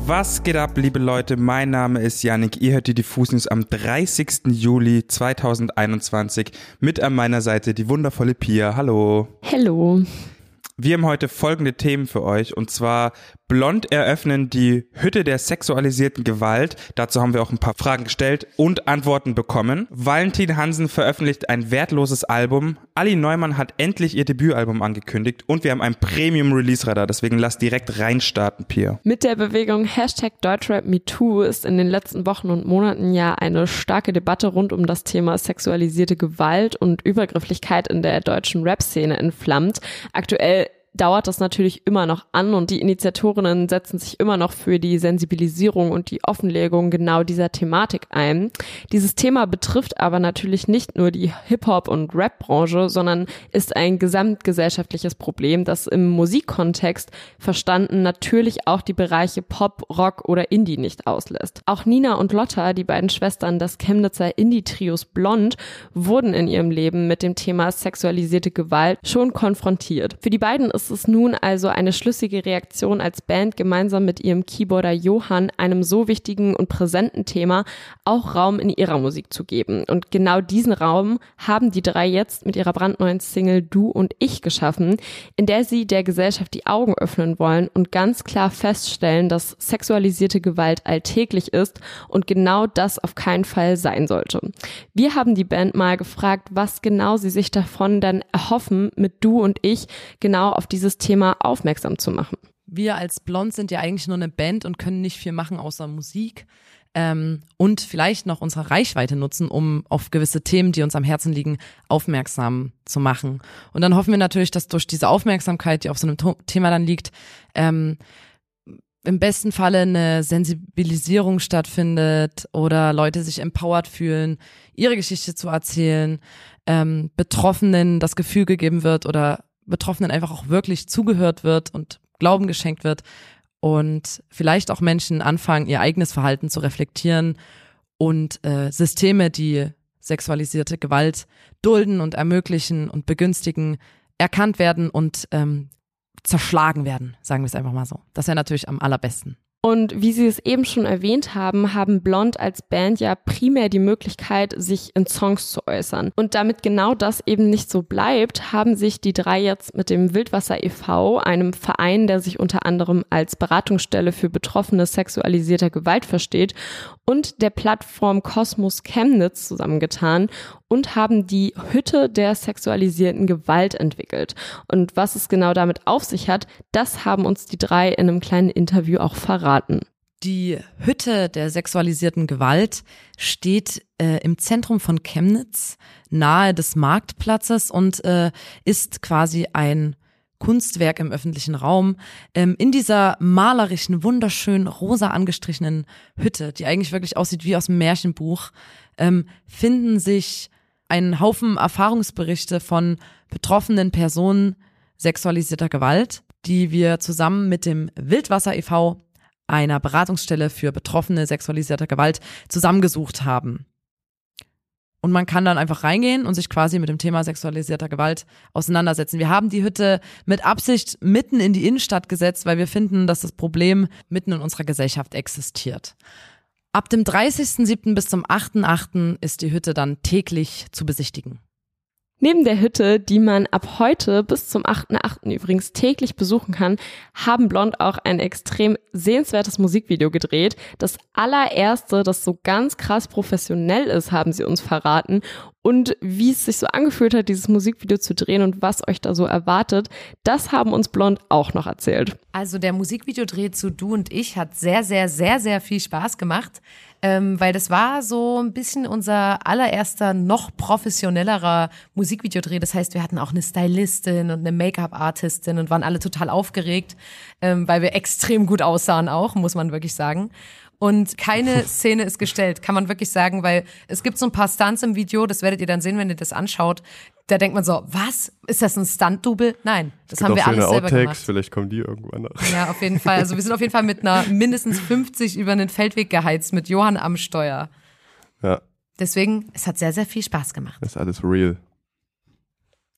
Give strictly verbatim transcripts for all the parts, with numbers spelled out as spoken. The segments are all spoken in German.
Was geht ab, liebe Leute? Mein Name ist Yannick. Ihr hört die Diffus News am dreißigsten Juli zweitausendeinundzwanzig. Mit an meiner Seite die wundervolle Pia. Hallo. Hallo. Wir haben heute folgende Themen für euch, und zwar Blond eröffnen die Hütte der sexualisierten Gewalt. Dazu haben wir auch ein paar Fragen gestellt und Antworten bekommen. Valentin Hansen veröffentlicht ein wertloses Album. Ali Neumann hat endlich ihr Debütalbum angekündigt und wir haben ein Premium-Release-Radar, deswegen lasst direkt reinstarten, Pia. Mit der Bewegung Hashtag DeutschRapMeToo ist in den letzten Wochen und Monaten ja eine starke Debatte rund um das Thema sexualisierte Gewalt und Übergrifflichkeit in der deutschen Rap-Szene entflammt. Aktuell dauert das natürlich immer noch an und die Initiatorinnen setzen sich immer noch für die Sensibilisierung und die Offenlegung genau dieser Thematik ein. Dieses Thema betrifft aber natürlich nicht nur die Hip-Hop- und Rap-Branche, sondern ist ein gesamtgesellschaftliches Problem, das im Musikkontext verstanden natürlich auch die Bereiche Pop, Rock oder Indie nicht auslässt. Auch Nina und Lotta, die beiden Schwestern des Chemnitzer Indie-Trios Blond, wurden in ihrem Leben mit dem Thema sexualisierte Gewalt schon konfrontiert. Für die beiden ist es nun also eine schlüssige Reaktion als Band gemeinsam mit ihrem Keyboarder Johann einem so wichtigen und präsenten Thema auch Raum in ihrer Musik zu geben. Und genau diesen Raum haben die drei jetzt mit ihrer brandneuen Single Du und Ich geschaffen, in der sie der Gesellschaft die Augen öffnen wollen und ganz klar feststellen, dass sexualisierte Gewalt alltäglich ist und genau das auf keinen Fall sein sollte. Wir haben die Band mal gefragt, was genau sie sich davon dann erhoffen, mit Du und Ich genau auf dieses Thema aufmerksam zu machen. Wir als Blond sind ja eigentlich nur eine Band und können nicht viel machen außer Musik ähm, und vielleicht noch unsere Reichweite nutzen, um auf gewisse Themen, die uns am Herzen liegen, aufmerksam zu machen. Und dann hoffen wir natürlich, dass durch diese Aufmerksamkeit, die auf so einem to- Thema dann liegt, ähm, im besten Falle eine Sensibilisierung stattfindet oder Leute sich empowered fühlen, ihre Geschichte zu erzählen, ähm, Betroffenen das Gefühl gegeben wird oder Betroffenen einfach auch wirklich zugehört wird und Glauben geschenkt wird und vielleicht auch Menschen anfangen, ihr eigenes Verhalten zu reflektieren und äh, Systeme, die sexualisierte Gewalt dulden und ermöglichen und begünstigen, erkannt werden und ähm, zerschlagen werden, sagen wir es einfach mal so. Das wäre natürlich am allerbesten. Und wie Sie es eben schon erwähnt haben, haben Blond als Band ja primär die Möglichkeit, sich in Songs zu äußern. Und damit genau das eben nicht so bleibt, haben sich die drei jetzt mit dem Wildwasser e V, einem Verein, der sich unter anderem als Beratungsstelle für Betroffene sexualisierter Gewalt versteht, und der Plattform Kosmos Chemnitz zusammengetan und haben die Hütte der sexualisierten Gewalt entwickelt. Und was es genau damit auf sich hat, das haben uns die drei in einem kleinen Interview auch verraten. Die Hütte der sexualisierten Gewalt steht äh, im Zentrum von Chemnitz, nahe des Marktplatzes und äh, ist quasi ein Kunstwerk im öffentlichen Raum. Ähm, in dieser malerischen, wunderschön rosa angestrichenen Hütte, die eigentlich wirklich aussieht wie aus einem Märchenbuch, ähm, finden sich ein Haufen Erfahrungsberichte von betroffenen Personen sexualisierter Gewalt, die wir zusammen mit dem Wildwasser e V, einer Beratungsstelle für Betroffene sexualisierter Gewalt, zusammengesucht haben. Und man kann dann einfach reingehen und sich quasi mit dem Thema sexualisierter Gewalt auseinandersetzen. Wir haben die Hütte mit Absicht mitten in die Innenstadt gesetzt, weil wir finden, dass das Problem mitten in unserer Gesellschaft existiert. Ab dem dreißigsten siebten bis zum achten achten ist die Hütte dann täglich zu besichtigen. Neben der Hütte, die man ab heute bis zum achten achten übrigens täglich besuchen kann, haben Blond auch ein extrem sehenswertes Musikvideo gedreht. Das allererste, das so ganz krass professionell ist, haben sie uns verraten. Und wie es sich so angefühlt hat, dieses Musikvideo zu drehen und was euch da so erwartet, das haben uns Blond auch noch erzählt. Also der Musikvideodreh zu Du und Ich hat sehr, sehr, sehr, sehr viel Spaß gemacht, ähm, weil das war so ein bisschen unser allererster, noch professionellerer Musikvideodreh. Das heißt, wir hatten auch eine Stylistin und eine Make-up-Artistin und waren alle total aufgeregt, ähm, weil wir extrem gut aussahen auch, muss man wirklich sagen. Und keine Szene ist gestellt, kann man wirklich sagen, weil es gibt so ein paar Stunts im Video, das werdet ihr dann sehen, wenn ihr das anschaut. Da denkt man so, was? Ist das ein Stunt-Double? Nein, das haben wir alles selber Outtakes, gemacht. Vielleicht kommen die irgendwann noch. Ja, auf jeden Fall. Also wir sind auf jeden Fall mit einer mindestens fünfzig über einen Feldweg geheizt, mit Johann am Steuer. Ja. Deswegen, es hat sehr, sehr viel Spaß gemacht. Das ist alles real.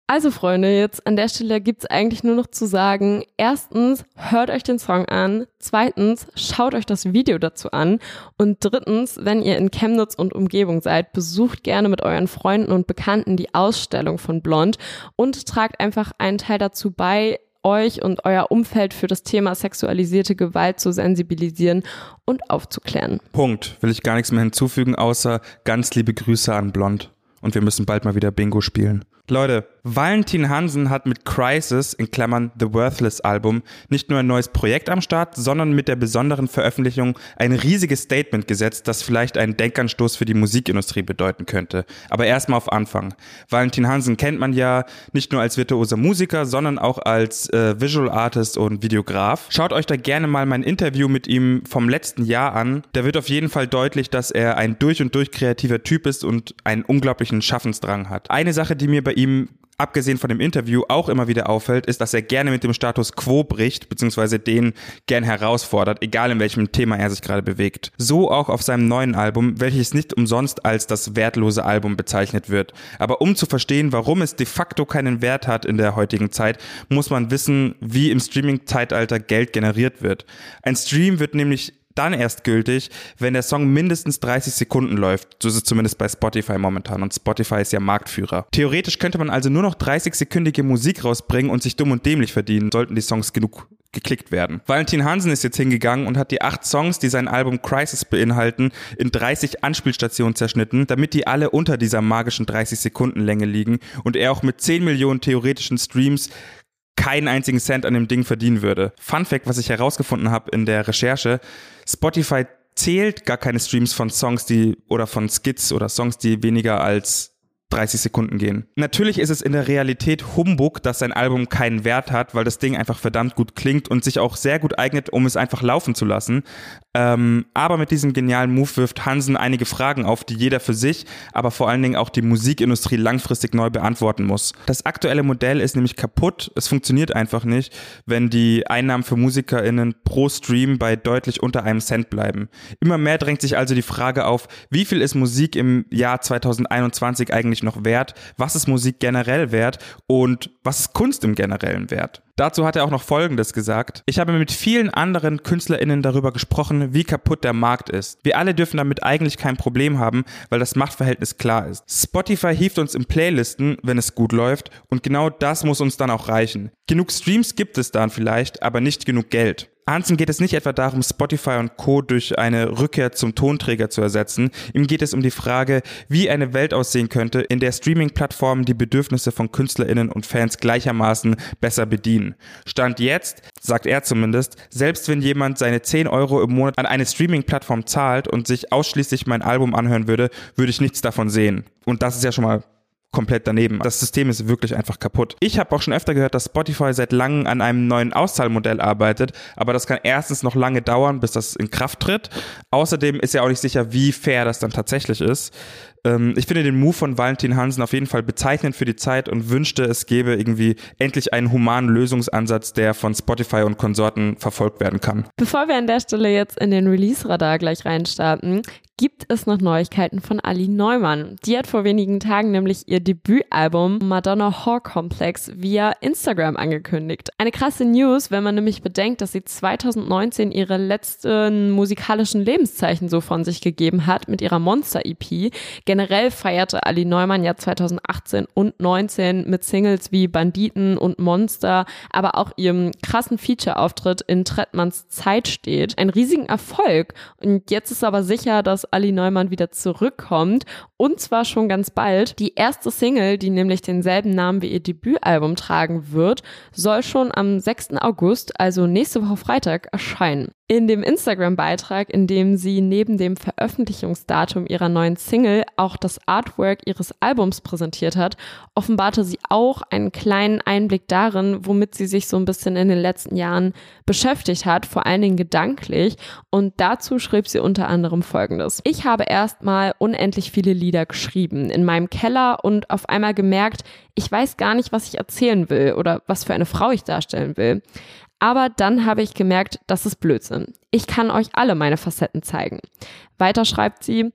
Also Freunde, jetzt an der Stelle gibt's eigentlich nur noch zu sagen, erstens, hört euch den Song an, zweitens, schaut euch das Video dazu an und drittens, wenn ihr in Chemnitz und Umgebung seid, besucht gerne mit euren Freunden und Bekannten die Ausstellung von Blond und tragt einfach einen Teil dazu bei, euch und euer Umfeld für das Thema sexualisierte Gewalt zu sensibilisieren und aufzuklären. Punkt. Will ich gar nichts mehr hinzufügen, außer ganz liebe Grüße an Blond. Und wir müssen bald mal wieder Bingo spielen. Leute, Valentin Hansen hat mit Crisis, in Klammern The Worthless Album, nicht nur ein neues Projekt am Start, sondern mit der besonderen Veröffentlichung ein riesiges Statement gesetzt, das vielleicht einen Denkanstoß für die Musikindustrie bedeuten könnte. Aber erstmal auf Anfang. Valentin Hansen kennt man ja nicht nur als virtuoser Musiker, sondern auch als äh, Visual Artist und Videograf. Schaut euch da gerne mal mein Interview mit ihm vom letzten Jahr an. Da wird auf jeden Fall deutlich, dass er ein durch und durch kreativer Typ ist und einen unglaublichen Schaffensdrang hat. Eine Sache, die mir bei ihm abgesehen von dem Interview auch immer wieder auffällt, ist, dass er gerne mit dem Status quo bricht, beziehungsweise den gern herausfordert, egal in welchem Thema er sich gerade bewegt. So auch auf seinem neuen Album, welches nicht umsonst als das wertlose Album bezeichnet wird. Aber um zu verstehen, warum es de facto keinen Wert hat in der heutigen Zeit, muss man wissen, wie im Streaming-Zeitalter Geld generiert wird. Ein Stream wird nämlich dann erst gültig, wenn der Song mindestens dreißig Sekunden läuft. So ist es zumindest bei Spotify momentan und Spotify ist ja Marktführer. Theoretisch könnte man also nur noch dreißig-sekündige Musik rausbringen und sich dumm und dämlich verdienen, sollten die Songs genug geklickt werden. Valentin Hansen ist jetzt hingegangen und hat die acht Songs, die sein Album Crisis beinhalten, in dreißig Anspielstationen zerschnitten, damit die alle unter dieser magischen dreißig Sekunden Länge liegen und er auch mit zehn Millionen theoretischen Streams keinen einzigen Cent an dem Ding verdienen würde. Fun Fact, was ich herausgefunden habe in der Recherche: Spotify zählt gar keine Streams von Songs, die oder von Skits oder Songs, die weniger als dreißig Sekunden gehen. Natürlich ist es in der Realität Humbug, dass sein Album keinen Wert hat, weil das Ding einfach verdammt gut klingt und sich auch sehr gut eignet, um es einfach laufen zu lassen. Ähm, aber mit diesem genialen Move wirft Hansen einige Fragen auf, die jeder für sich, aber vor allen Dingen auch die Musikindustrie langfristig neu beantworten muss. Das aktuelle Modell ist nämlich kaputt. Es funktioniert einfach nicht, wenn die Einnahmen für MusikerInnen pro Stream bei deutlich unter einem Cent bleiben. Immer mehr drängt sich also die Frage auf, wie viel ist Musik im Jahr zwanzig einundzwanzig eigentlich noch wert? Was ist Musik generell wert? Und was ist Kunst im generellen Wert? Dazu hat er auch noch Folgendes gesagt: Ich habe mit vielen anderen KünstlerInnen darüber gesprochen, wie kaputt der Markt ist. Wir alle dürfen damit eigentlich kein Problem haben, weil das Machtverhältnis klar ist. Spotify hieft uns in Playlisten, wenn es gut läuft, und genau das muss uns dann auch reichen. Genug Streams gibt es dann vielleicht, aber nicht genug Geld. Hansen geht es nicht etwa darum, Spotify und Co. durch eine Rückkehr zum Tonträger zu ersetzen. Ihm geht es um die Frage, wie eine Welt aussehen könnte, in der Streaming-Plattformen die Bedürfnisse von KünstlerInnen und Fans gleichermaßen besser bedienen. Stand jetzt, sagt er zumindest, selbst wenn jemand seine zehn Euro im Monat an eine Streaming-Plattform zahlt und sich ausschließlich mein Album anhören würde, würde ich nichts davon sehen. Und das ist ja schon mal komplett daneben. Das System ist wirklich einfach kaputt. Ich habe auch schon öfter gehört, dass Spotify seit langem an einem neuen Auszahlmodell arbeitet, aber das kann erstens noch lange dauern, bis das in Kraft tritt. Außerdem ist ja auch nicht sicher, wie fair das dann tatsächlich ist. Ähm, ich finde den Move von Valentin Hansen auf jeden Fall bezeichnend für die Zeit und wünschte, es gäbe irgendwie endlich einen humanen Lösungsansatz, der von Spotify und Konsorten verfolgt werden kann. Bevor wir an der Stelle jetzt in den Release-Radar gleich reinstarten, gibt es noch Neuigkeiten von Ali Neumann. Die hat vor wenigen Tagen nämlich ihr Debütalbum Madonna Whore Complex via Instagram angekündigt. Eine krasse News, wenn man nämlich bedenkt, dass sie zwanzig neunzehn ihre letzten musikalischen Lebenszeichen so von sich gegeben hat mit ihrer Monster-E P. Generell feierte Ali Neumann ja zwanzig achtzehn und neunzehn mit Singles wie Banditen und Monster, aber auch ihrem krassen Feature-Auftritt in Trettmanns Zeit steht. Ein riesigen Erfolg. Und jetzt ist aber sicher, dass Ali Neumann wieder zurückkommt, und zwar schon ganz bald. Die erste Single, die nämlich denselben Namen wie ihr Debütalbum tragen wird, soll schon am sechsten August, also nächste Woche Freitag, erscheinen. In dem Instagram-Beitrag, in dem sie neben dem Veröffentlichungsdatum ihrer neuen Single auch das Artwork ihres Albums präsentiert hat, offenbarte sie auch einen kleinen Einblick darin, womit sie sich so ein bisschen in den letzten Jahren beschäftigt hat, vor allen Dingen gedanklich, und dazu schrieb sie unter anderem Folgendes: Ich habe erstmal unendlich viele Lieder geschrieben in meinem Keller und auf einmal gemerkt, ich weiß gar nicht, was ich erzählen will oder was für eine Frau ich darstellen will. Aber dann habe ich gemerkt, das ist Blödsinn. Ich kann euch alle meine Facetten zeigen. Weiter schreibt sie: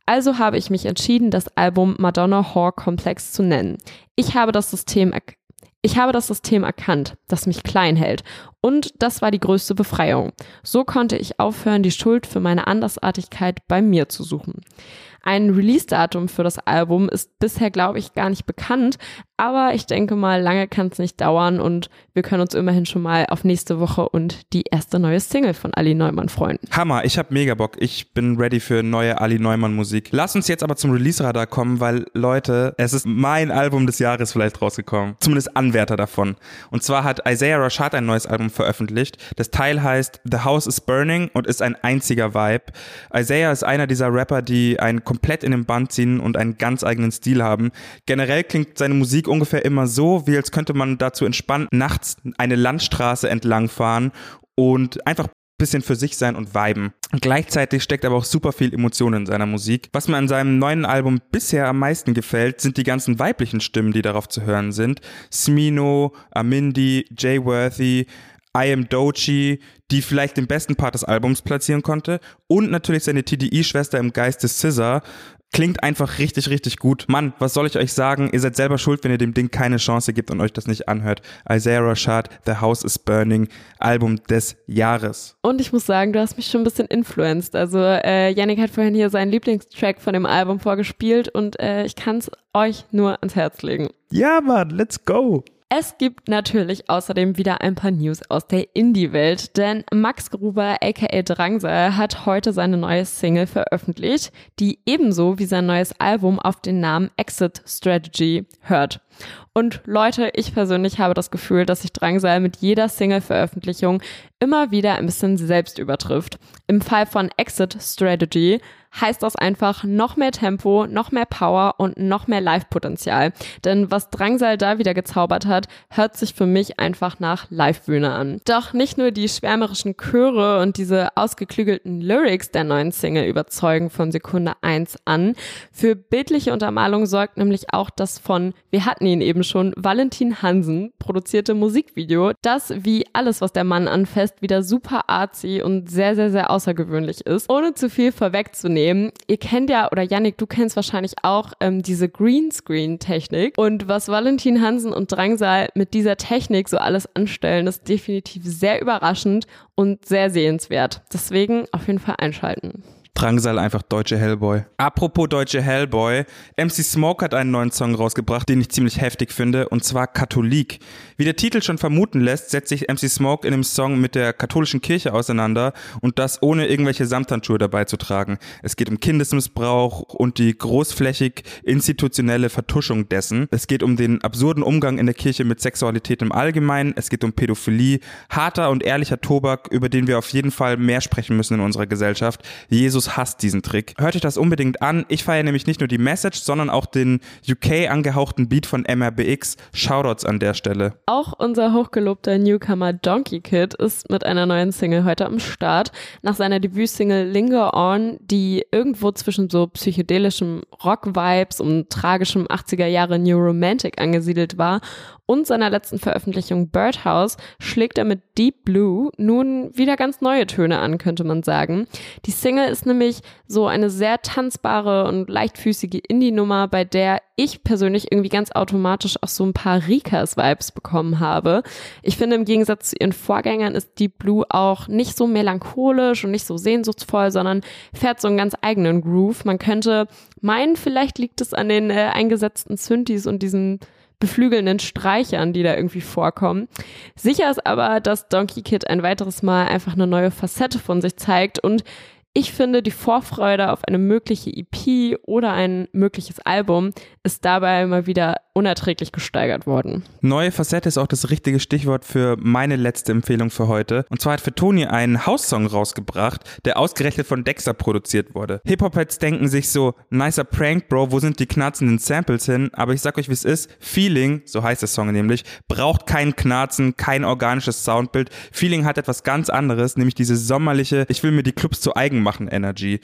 Also habe ich mich entschieden, das Album Madonna Whore Complex zu nennen. Ich habe das System erkannt. Ich habe das System erkannt, das mich klein hält. Und das war die größte Befreiung. So konnte ich aufhören, die Schuld für meine Andersartigkeit bei mir zu suchen. Ein Release-Datum für das Album ist bisher, glaube ich, gar nicht bekannt, aber ich denke mal, lange kann es nicht dauern und wir können uns immerhin schon mal auf nächste Woche und die erste neue Single von Ali Neumann freuen. Hammer, ich habe mega Bock. Ich bin ready für neue Ali Neumann Musik. Lass uns jetzt aber zum Release-Radar kommen, weil, Leute, es ist mein Album des Jahres vielleicht rausgekommen. Zumindest Anwärter davon. Und zwar hat Isaiah Rashad ein neues Album veröffentlicht. Das Teil heißt The House is Burning und ist ein einziger Vibe. Isaiah ist einer dieser Rapper, die einen komplett in den Bann ziehen und einen ganz eigenen Stil haben. Generell klingt seine Musik ungefähr immer so, wie als könnte man dazu entspannt nachts eine Landstraße entlang fahren und einfach ein bisschen für sich sein und viben. Gleichzeitig steckt aber auch super viel Emotion in seiner Musik. Was mir an seinem neuen Album bisher am meisten gefällt, sind die ganzen weiblichen Stimmen, die darauf zu hören sind. Smino, Amindi, Jay Worthy, I Am Doechii, die vielleicht den besten Part des Albums platzieren konnte, und natürlich seine T D I-Schwester im Geiste S Z A. Klingt einfach richtig, richtig gut. Mann, was soll ich euch sagen? Ihr seid selber schuld, wenn ihr dem Ding keine Chance gebt und euch das nicht anhört. Isaiah Rashad, The House is Burning, Album des Jahres. Und ich muss sagen, du hast mich schon ein bisschen influenced. Also äh, Yannick hat vorhin hier seinen Lieblingstrack von dem Album vorgespielt und äh, ich kann es euch nur ans Herz legen. Ja, Mann, let's go! Es gibt natürlich außerdem wieder ein paar News aus der Indie-Welt, denn Max Gruber aka Drangsal hat heute seine neue Single veröffentlicht, die ebenso wie sein neues Album auf den Namen Exit Strategy hört. Und Leute, ich persönlich habe das Gefühl, dass sich Drangsal mit jeder Single-Veröffentlichung immer wieder ein bisschen selbst übertrifft. Im Fall von Exit Strategy heißt das einfach noch mehr Tempo, noch mehr Power und noch mehr Live-Potenzial. Denn was Drangsal da wieder gezaubert hat, hört sich für mich einfach nach Live-Bühne an. Doch nicht nur die schwärmerischen Chöre und diese ausgeklügelten Lyrics der neuen Single überzeugen von Sekunde eins an. Für bildliche Untermalung sorgt nämlich auch das von, wir hatten ihn eben schon, Valentin Hansen produzierte Musikvideo, das wie alles, was der Mann anfasst, wieder super artsy und sehr, sehr, sehr außergewöhnlich ist. Ohne zu viel vorwegzunehmen, ihr kennt ja, oder Yannick, du kennst wahrscheinlich auch ähm, diese Greenscreen-Technik. Und was Valentin Hansen und Drangsal mit dieser Technik so alles anstellen, ist definitiv sehr überraschend und sehr sehenswert. Deswegen auf jeden Fall einschalten. Drangsal einfach deutsche Hellboy. Apropos deutsche Hellboy, M C Smoke hat einen neuen Song rausgebracht, den ich ziemlich heftig finde, und zwar Katholik. Wie der Titel schon vermuten lässt, setzt sich M C Smoke in dem Song mit der katholischen Kirche auseinander und das ohne irgendwelche Samthandschuhe dabei zu tragen. Es geht um Kindesmissbrauch und die großflächig institutionelle Vertuschung dessen. Es geht um den absurden Umgang in der Kirche mit Sexualität im Allgemeinen. Es geht um Pädophilie, harter und ehrlicher Tobak, über den wir auf jeden Fall mehr sprechen müssen in unserer Gesellschaft. Jesus hasst diesen Trick. Hört euch das unbedingt an. Ich feiere nämlich nicht nur die Message, sondern auch den U K angehauchten Beat von M R B X. Shoutouts an der Stelle. Auch unser hochgelobter Newcomer Donkey Kid ist mit einer neuen Single heute am Start. Nach seiner Debütsingle Linger On, die irgendwo zwischen so psychedelischem Rock-Vibes und tragischem achtziger Jahre New Romantic angesiedelt war, und seiner letzten Veröffentlichung Birdhouse schlägt er mit Deep Blue nun wieder ganz neue Töne an, könnte man sagen. Die Single ist nämlich so eine sehr tanzbare und leichtfüßige Indie-Nummer, bei der ich persönlich irgendwie ganz automatisch auch so ein paar Rikas-Vibes bekommen habe. Ich finde, im Gegensatz zu ihren Vorgängern ist Deep Blue auch nicht so melancholisch und nicht so sehnsuchtsvoll, sondern fährt so einen ganz eigenen Groove. Man könnte meinen, vielleicht liegt es an den äh, eingesetzten Synthes und diesen beflügelnden Streichern, die da irgendwie vorkommen. Sicher ist aber, dass Donkey Kid ein weiteres Mal einfach eine neue Facette von sich zeigt, und ich finde, die Vorfreude auf eine mögliche E P oder ein mögliches Album ist dabei mal wieder unerträglich gesteigert worden. Neue Facette ist auch das richtige Stichwort für meine letzte Empfehlung für heute. Und zwar hat Fetoni einen House-Song rausgebracht, der ausgerechnet von Dexter produziert wurde. Hip-Hop-Heads denken sich so, nicer Prank, Bro, wo sind die knarzenden Samples hin? Aber ich sag euch, wie es ist. Feeling, so heißt der Song nämlich, braucht kein Knarzen, kein organisches Soundbild. Feeling hat etwas ganz anderes, nämlich diese sommerliche, ich will mir die Clubs zu eigen machen Energy.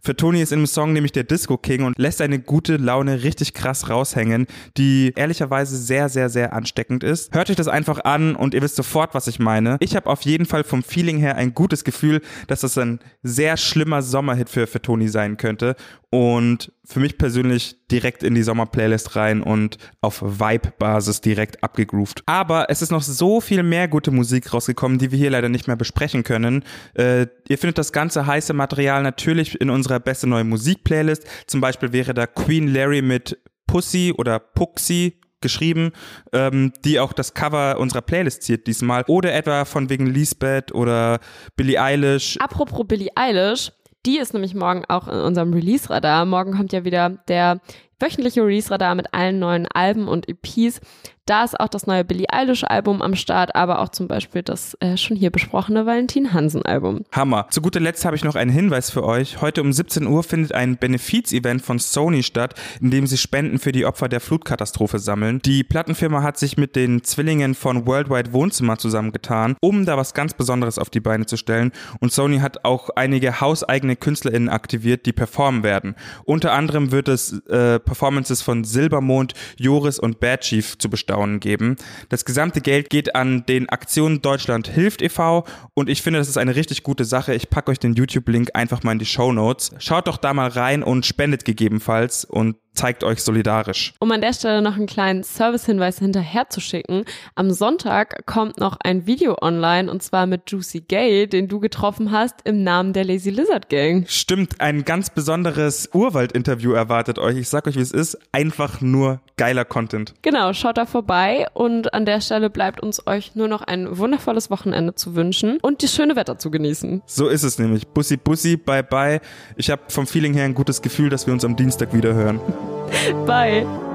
Für Toni ist in dem Song nämlich der Disco King und lässt eine gute Laune richtig krass raushängen, die ehrlicherweise sehr, sehr, sehr ansteckend ist. Hört euch das einfach an und ihr wisst sofort, was ich meine. Ich habe auf jeden Fall vom Feeling her ein gutes Gefühl, dass das ein sehr schlimmer Sommerhit für, für Toni sein könnte und für mich persönlich direkt in die Sommerplaylist rein und auf Vibe-Basis direkt abgegroovt. Aber es ist noch so viel mehr gute Musik rausgekommen, die wir hier leider nicht mehr besprechen können. Äh, ihr findet das ganze heiße Material natürlich in unserer beste neue Musik-Playlist. Zum Beispiel wäre da Queen Larry mit Pussy oder Puxy geschrieben, ähm, die auch das Cover unserer Playlist ziert diesmal. Oder etwa von wegen Lisbeth oder Billie Eilish. Apropos Billie Eilish, die ist nämlich morgen auch in unserem Release-Radar. Morgen kommt ja wieder der wöchentliche Release-Radar mit allen neuen Alben und E Ps. Da ist auch das neue Billie Eilish-Album am Start, aber auch zum Beispiel das äh, schon hier besprochene Valentin Hansen-Album. Hammer. Zu guter Letzt habe ich noch einen Hinweis für euch. Heute um siebzehn Uhr findet ein Benefiz-Event von Sony statt, in dem sie Spenden für die Opfer der Flutkatastrophe sammeln. Die Plattenfirma hat sich mit den Zwillingen von Worldwide Wohnzimmer zusammengetan, um da was ganz Besonderes auf die Beine zu stellen. Und Sony hat auch einige hauseigene KünstlerInnen aktiviert, die performen werden. Unter anderem wird es äh, Performances von Silbermond, Joris und Bad Chief zu bestaunen geben. Das gesamte Geld geht an den Aktion Deutschland hilft e V und ich finde, das ist eine richtig gute Sache. Ich packe euch den YouTube-Link einfach mal in die Shownotes. Schaut doch da mal rein und spendet gegebenenfalls und zeigt euch solidarisch. Um an der Stelle noch einen kleinen Service-Hinweis hinterher zu schicken. Am Sonntag kommt noch ein Video online und zwar mit Juicy Gay, den du getroffen hast im Namen der Lazy Lizard Gang. Stimmt, ein ganz besonderes Urwald-Interview erwartet euch. Ich sag euch, wie es ist. Einfach nur geiler Content. Genau, schaut da vorbei und an der Stelle bleibt uns euch nur noch ein wundervolles Wochenende zu wünschen und das schöne Wetter zu genießen. So ist es nämlich. Bussi, bussi, bye, bye. Ich habe vom Feeling her ein gutes Gefühl, dass wir uns am Dienstag wieder hören. Bye.